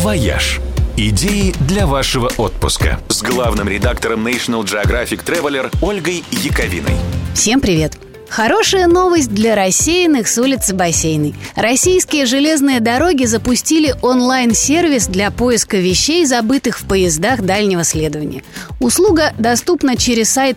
«Вояж». Идеи для вашего отпуска. С главным редактором National Geographic Traveler Ольгой Яковиной. Всем привет! Хорошая новость для рассеянных с улицы Бассейной. Российские железные дороги запустили онлайн-сервис для поиска вещей, забытых в поездах дальнего следования. Услуга доступна через сайт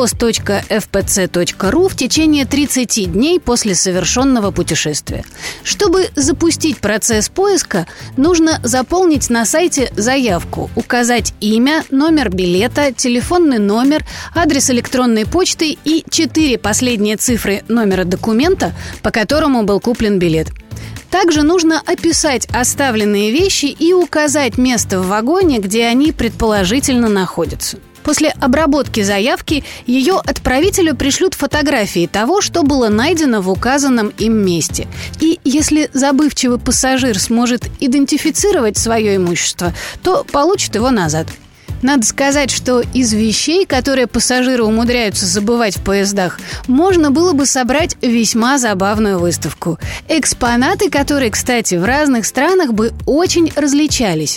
los.fpc.ru в течение 30 дней после совершенного путешествия. Чтобы запустить процесс поиска, нужно заполнить на сайте заявку, указать имя, номер билета, телефонный номер, адрес электронной почты и 4 последние цифры номера документа, по которому был куплен билет. Также нужно описать оставленные вещи и указать место в вагоне, где они предположительно находятся. После обработки заявки ее отправителю пришлют фотографии того, что было найдено в указанном им месте. И если забывчивый пассажир сможет идентифицировать свое имущество, то получит его назад. Надо сказать, что из вещей, которые пассажиры умудряются забывать в поездах, можно было бы собрать весьма забавную выставку. Экспонаты, которые, кстати, в разных странах бы очень различались.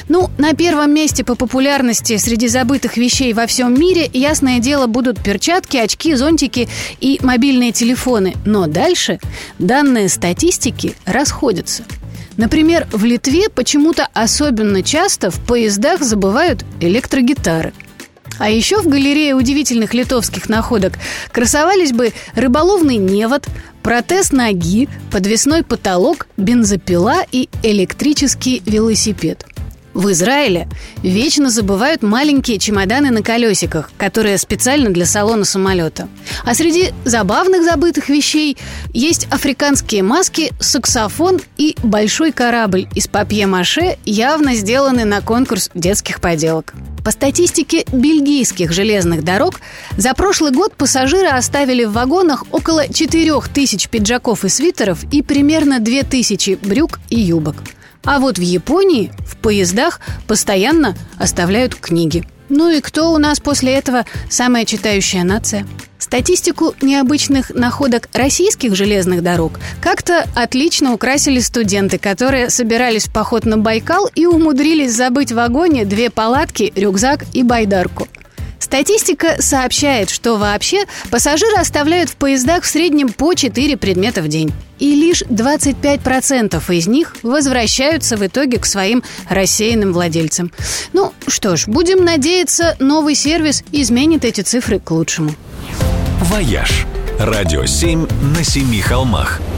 На первом месте по популярности среди забытых вещей во всем мире, ясное дело, будут перчатки, очки, зонтики и мобильные телефоны. Но дальше данные статистики расходятся. Например, в Литве почему-то особенно часто в поездах забывают электрогитары. А еще в галерее удивительных литовских находок красовались бы рыболовный невод, протез ноги, подвесной потолок, бензопила и электрический велосипед. В Израиле вечно забывают маленькие чемоданы на колесиках, которые специально для салона самолета. А среди забавных забытых вещей есть африканские маски, саксофон и большой корабль из папье-маше, явно сделанный на конкурс детских поделок. По статистике бельгийских железных дорог, за прошлый год пассажиры оставили в вагонах около 4000 пиджаков и свитеров и примерно 2000 брюк и юбок. А вот в Японии в поездах постоянно оставляют книги. И кто у нас после этого самая читающая нация? Статистику необычных находок российских железных дорог как-то отлично украсили студенты, которые собирались в поход на Байкал и умудрились забыть в вагоне 2 палатки, рюкзак и байдарку. Статистика сообщает, что вообще пассажиры оставляют в поездах в среднем по 4 предмета в день. И лишь 25% из них возвращаются в итоге к своим рассеянным владельцам. Что ж, будем надеяться, новый сервис изменит эти цифры к лучшему. «Вояж». Радио 7 на 7 холмах.